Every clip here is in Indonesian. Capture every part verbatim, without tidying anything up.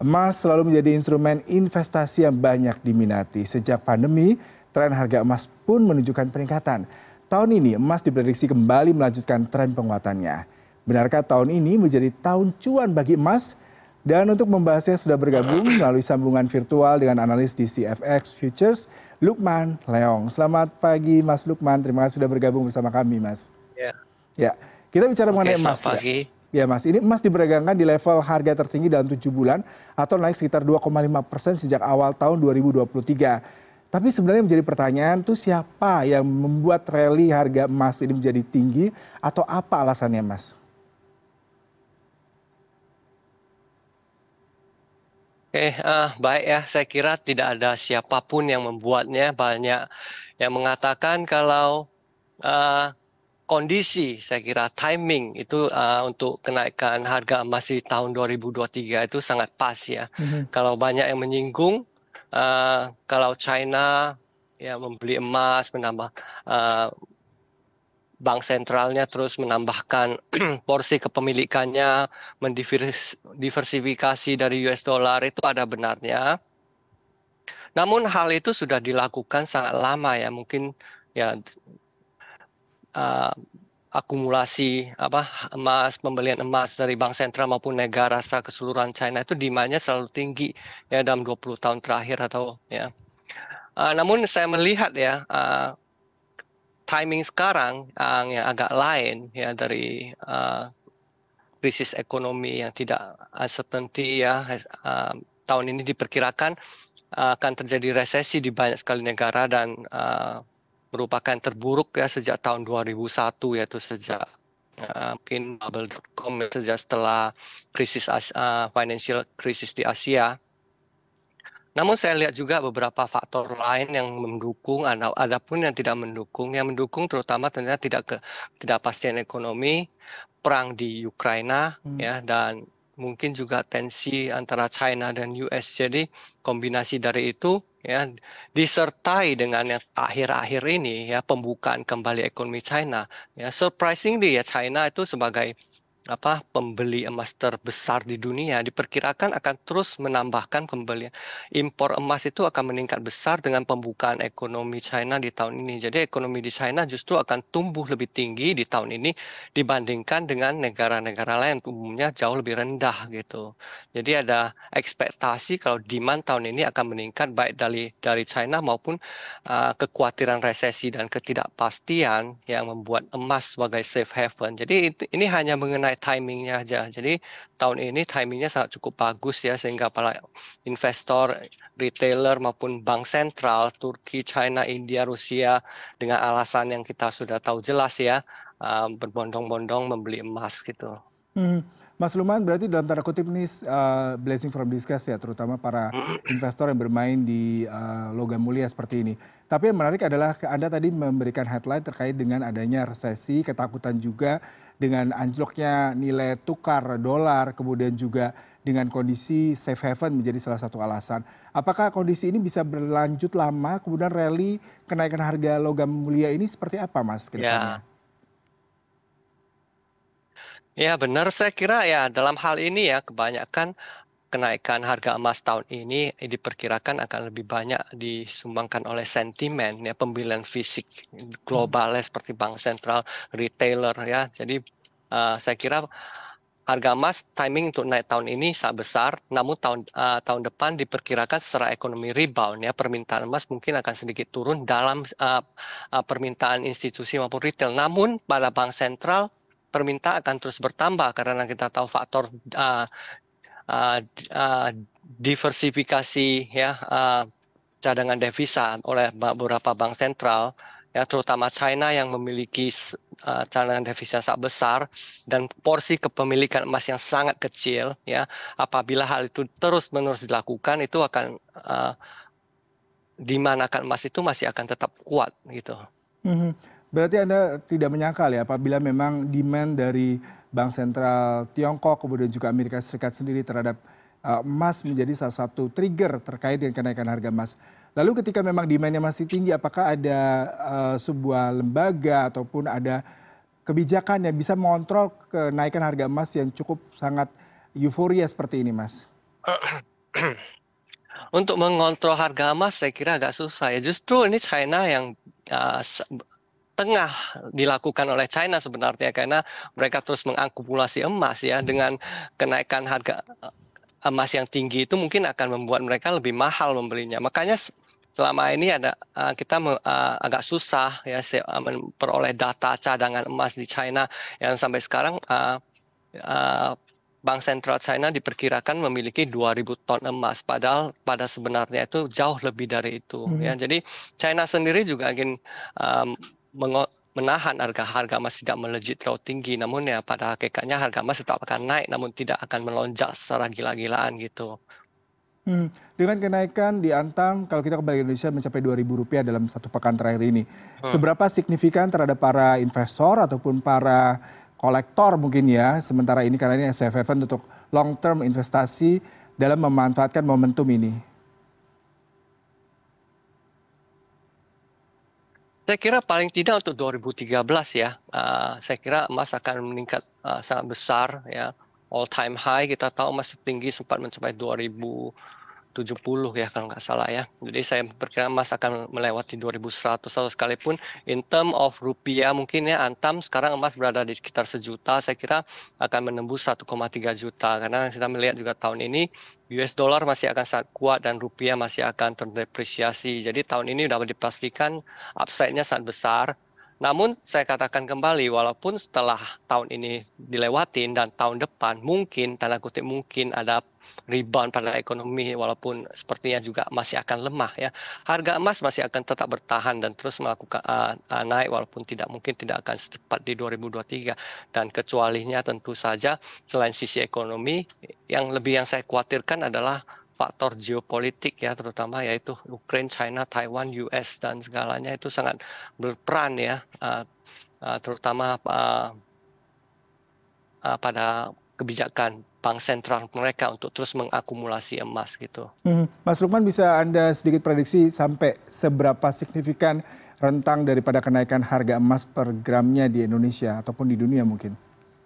Emas selalu menjadi instrumen investasi yang banyak diminati. Sejak pandemi, tren harga emas pun menunjukkan peningkatan. Tahun ini emas diprediksi kembali melanjutkan tren penguatannya. Benarkah tahun ini menjadi tahun cuan bagi emas? Dan untuk membahasnya sudah bergabung melalui sambungan virtual dengan analis di C F X Futures, Lukman Leong. Selamat pagi Mas Lukman, terima kasih sudah bergabung bersama kami Mas. Ya. Ya, kita bicara Oke, mengenai selamat emas ya. pagi. Ya Mas, ini emas diperdagangkan di level harga tertinggi dalam tujuh bulan atau naik sekitar dua koma lima persen sejak awal tahun dua ribu dua puluh tiga. Tapi sebenarnya menjadi pertanyaan tuh siapa yang membuat rally harga emas ini menjadi tinggi atau apa alasannya Mas? Oke, eh, baik ya. Saya kira tidak ada siapapun yang membuatnya. Banyak yang mengatakan kalau eh, kondisi, saya kira timing itu eh, untuk kenaikan harga emas di tahun dua ribu dua puluh tiga itu sangat pas ya. Mhm. Kalau banyak yang menyinggung, eh, kalau China ya membeli emas, menambah eh, bank sentralnya terus menambahkan porsi kepemilikannya, mendiversifikasi dari U S dollar itu ada benarnya. Namun hal itu sudah dilakukan sangat lama ya, mungkin ya uh, akumulasi apa emas, pembelian emas dari bank sentral maupun negara secara keseluruhan China itu demandnya selalu tinggi ya dalam dua puluh tahun terakhir atau ya. Uh, namun saya melihat ya uh, timing sekarang uh, yang agak lain ya dari uh, krisis ekonomi yang tidak uncertainty ya uh, tahun ini diperkirakan uh, akan terjadi resesi di banyak sekali negara dan uh, merupakan terburuk ya sejak tahun dua ribu satu yaitu sejak uh, mungkin bubble dot com sejak setelah krisis uh, financial krisis di Asia. Namun saya lihat juga beberapa faktor lain yang mendukung, ada, ada pun yang tidak mendukung. Yang mendukung terutama ternyata tidak ke ketidakpastian ekonomi, perang di Ukraina, Hmm. ya, dan mungkin juga tensi antara China dan U S. Jadi kombinasi dari itu, ya, disertai dengan yang akhir-akhir ini, ya, pembukaan kembali ekonomi China. Ya, surprisingly ya China itu sebagai apa pembeli emas terbesar di dunia diperkirakan akan terus menambahkan pembelian impor emas itu akan meningkat besar dengan pembukaan ekonomi China di tahun ini. Jadi ekonomi di China justru akan tumbuh lebih tinggi di tahun ini dibandingkan dengan negara-negara lain umumnya jauh lebih rendah gitu. Jadi ada ekspektasi kalau demand tahun ini akan meningkat baik dari dari China maupun uh, kekhawatiran resesi dan ketidakpastian yang membuat emas sebagai safe haven. Jadi ini hanya mengenai timingnya aja. Jadi tahun ini timingnya sangat cukup bagus ya sehingga para investor, retailer maupun bank sentral Turki, China, India, Rusia dengan alasan yang kita sudah tahu jelas ya uh, berbondong-bondong membeli emas gitu. Hmm. Mas Luman berarti dalam tanda kutip ini uh, blessing from disguise ya, terutama para investor yang bermain di uh, logam mulia seperti ini. Tapi yang menarik adalah Anda tadi memberikan headline terkait dengan adanya resesi, ketakutan juga dengan anjloknya nilai tukar dolar, kemudian juga dengan kondisi safe haven menjadi salah satu alasan. Apakah kondisi ini bisa berlanjut lama, kemudian rally kenaikan harga logam mulia ini seperti apa Mas ke depannya? Ya. Ya benar, saya kira ya dalam hal ini ya kebanyakan kenaikan harga emas tahun ini diperkirakan akan lebih banyak disumbangkan oleh sentimen ya pembelian fisik globalnya seperti bank sentral, retailer ya. Jadi uh, saya kira harga emas timing untuk naik tahun ini sangat besar, namun tahun uh, tahun depan diperkirakan secara ekonomi rebound ya permintaan emas mungkin akan sedikit turun dalam uh, uh, permintaan institusi maupun retail. Namun pada bank sentral permintaan akan terus bertambah karena kita tahu faktor uh, uh, uh, diversifikasi ya uh, cadangan devisa oleh beberapa bank sentral ya terutama China yang memiliki uh, cadangan devisa sangat besar dan porsi kepemilikan emas yang sangat kecil ya apabila hal itu terus-menerus dilakukan itu akan uh, demand akan emas itu masih akan tetap kuat gitu. Mhm. Berarti Anda tidak menyangkal ya apabila memang demand dari Bank Sentral Tiongkok kemudian juga Amerika Serikat sendiri terhadap uh, emas menjadi salah satu trigger terkait dengan kenaikan harga emas. Lalu ketika memang demandnya masih tinggi, apakah ada uh, sebuah lembaga ataupun ada kebijakan yang bisa mengontrol kenaikan harga emas yang cukup sangat euforia seperti ini, Mas? Untuk mengontrol harga emas saya kira agak susah ya. Justru ini China yang uh, tengah dilakukan oleh China sebenarnya karena mereka terus mengakumulasi emas ya dengan kenaikan harga emas yang tinggi itu mungkin akan membuat mereka lebih mahal membelinya. Makanya selama ini ada uh, kita uh, agak susah ya uh, memperoleh data cadangan emas di China yang sampai sekarang uh, uh, Bank Sentral China diperkirakan memiliki dua ribu ton emas, padahal pada sebenarnya itu jauh lebih dari itu. Hmm. Ya, jadi China sendiri juga ingin um, menahan harga-harga emas tidak melejit terlalu tinggi, namun ya pada hakikatnya harga emas tetap akan naik, namun tidak akan melonjak secara gila-gilaan gitu. Hmm. Dengan kenaikan di Antam, kalau kita kembali ke Indonesia mencapai dua ribu rupiah dalam satu pekan terakhir ini, Hmm. seberapa signifikan terhadap para investor ataupun para kolektor mungkin ya, sementara ini karena ini S F F N untuk long term investasi dalam memanfaatkan momentum ini? Saya kira paling tidak untuk dua ribu tiga belas ya, uh, saya kira emas akan meningkat uh, sangat besar ya, all time high kita tahu emas tinggi sempat mencapai dua ribu tujuh puluh ya kalau nggak salah ya. Jadi saya perkira emas akan melewati dua ribu seratus atau sekalipun in term of rupiah mungkin ya Antam sekarang emas berada di sekitar sejuta, saya kira akan menembus satu koma tiga juta karena kita melihat juga tahun ini U S dollar masih akan sangat kuat dan rupiah masih akan terdepresiasi. Jadi tahun ini sudah dipastikan upside-nya sangat besar. Namun saya katakan kembali, walaupun setelah tahun ini dilewatin dan tahun depan mungkin, tanda kutip mungkin ada rebound pada ekonomi walaupun sepertinya juga masih akan lemah ya. Harga emas masih akan tetap bertahan dan terus melakukan uh, uh, naik walaupun tidak mungkin tidak akan secepat di dua ribu dua puluh tiga dan kecualinya tentu saja selain sisi ekonomi yang lebih yang saya khawatirkan adalah faktor geopolitik ya terutama yaitu Ukraine, China, Taiwan, U S dan segalanya itu sangat berperan ya uh, uh, terutama uh, uh, pada kebijakan bank sentral mereka untuk terus mengakumulasi emas gitu. Hmm. Mas Lukman, bisa Anda sedikit prediksi sampai seberapa signifikan rentang daripada kenaikan harga emas per gramnya di Indonesia ataupun di dunia mungkin?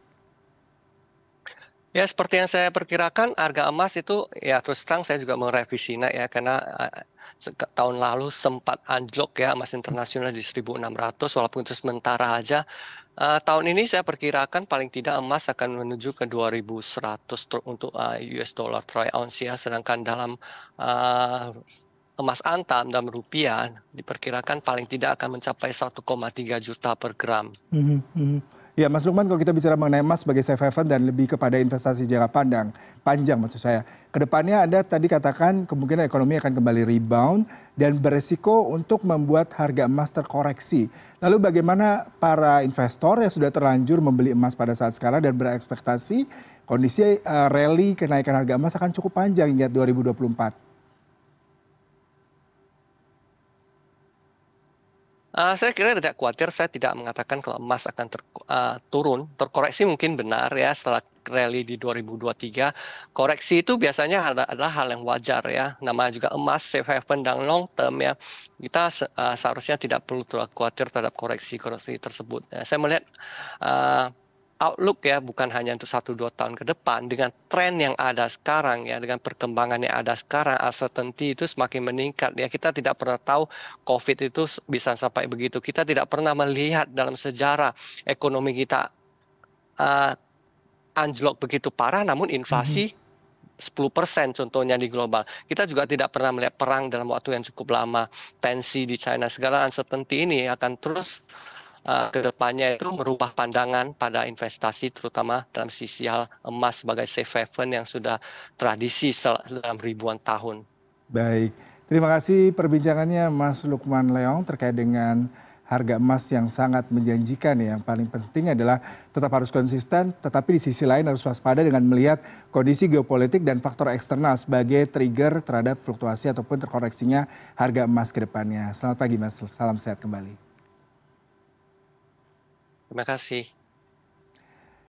Ya seperti yang saya perkirakan harga emas itu ya terus terang saya juga merevisinya ya karena uh, tahun lalu sempat anjlok ya emas internasional di seribu enam ratus walaupun itu sementara aja. Uh, tahun ini saya perkirakan paling tidak emas akan menuju ke dua ribu seratus untuk uh, U S dollar troy ounce ya, sedangkan dalam uh, emas antam dalam rupiah diperkirakan paling tidak akan mencapai satu koma tiga juta per gram. Mhm, mhm. Ya, Mas Lukman, kalau kita bicara mengenai emas sebagai safe haven dan lebih kepada investasi jangka pandang, panjang maksud saya. Kedepannya Anda tadi katakan kemungkinan ekonomi akan kembali rebound dan beresiko untuk membuat harga emas terkoreksi. Lalu bagaimana para investor yang sudah terlanjur membeli emas pada saat sekarang dan berekspektasi kondisi uh, rally kenaikan harga emas akan cukup panjang hingga dua ribu dua puluh empat? Uh, saya kira tidak khawatir, saya tidak mengatakan kalau emas akan ter, uh, turun, terkoreksi mungkin benar ya setelah rally di dua ribu dua puluh tiga. Koreksi itu biasanya adalah, adalah hal yang wajar ya, namanya juga emas, safe haven dan long term ya. Kita uh, seharusnya tidak perlu terlalu khawatir terhadap koreksi-koreksi tersebut. Ya, saya melihat uh, outlook ya bukan hanya untuk satu dua tahun ke depan dengan tren yang ada sekarang ya dengan perkembangan yang ada sekarang uncertainty itu semakin meningkat ya kita tidak pernah tahu COVID itu bisa sampai begitu kita tidak pernah melihat dalam sejarah ekonomi kita uh, anjlok begitu parah namun Mhm. inflasi sepuluh persen contohnya di global. Kita juga tidak pernah melihat perang dalam waktu yang cukup lama. Tensi di China segala uncertainty ini akan terus uh, ke depannya itu merubah pandangan pada investasi terutama dalam sisi hal emas sebagai safe haven yang sudah tradisi dalam ribuan tahun. Baik, terima kasih perbincangannya Mas Lukman Leong terkait dengan harga emas yang sangat menjanjikan ya. Yang paling penting adalah tetap harus konsisten, tetapi di sisi lain harus waspada dengan melihat kondisi geopolitik dan faktor eksternal sebagai trigger terhadap fluktuasi ataupun terkoreksinya harga emas ke depannya. Selamat pagi Mas, salam sehat kembali. Terima kasih.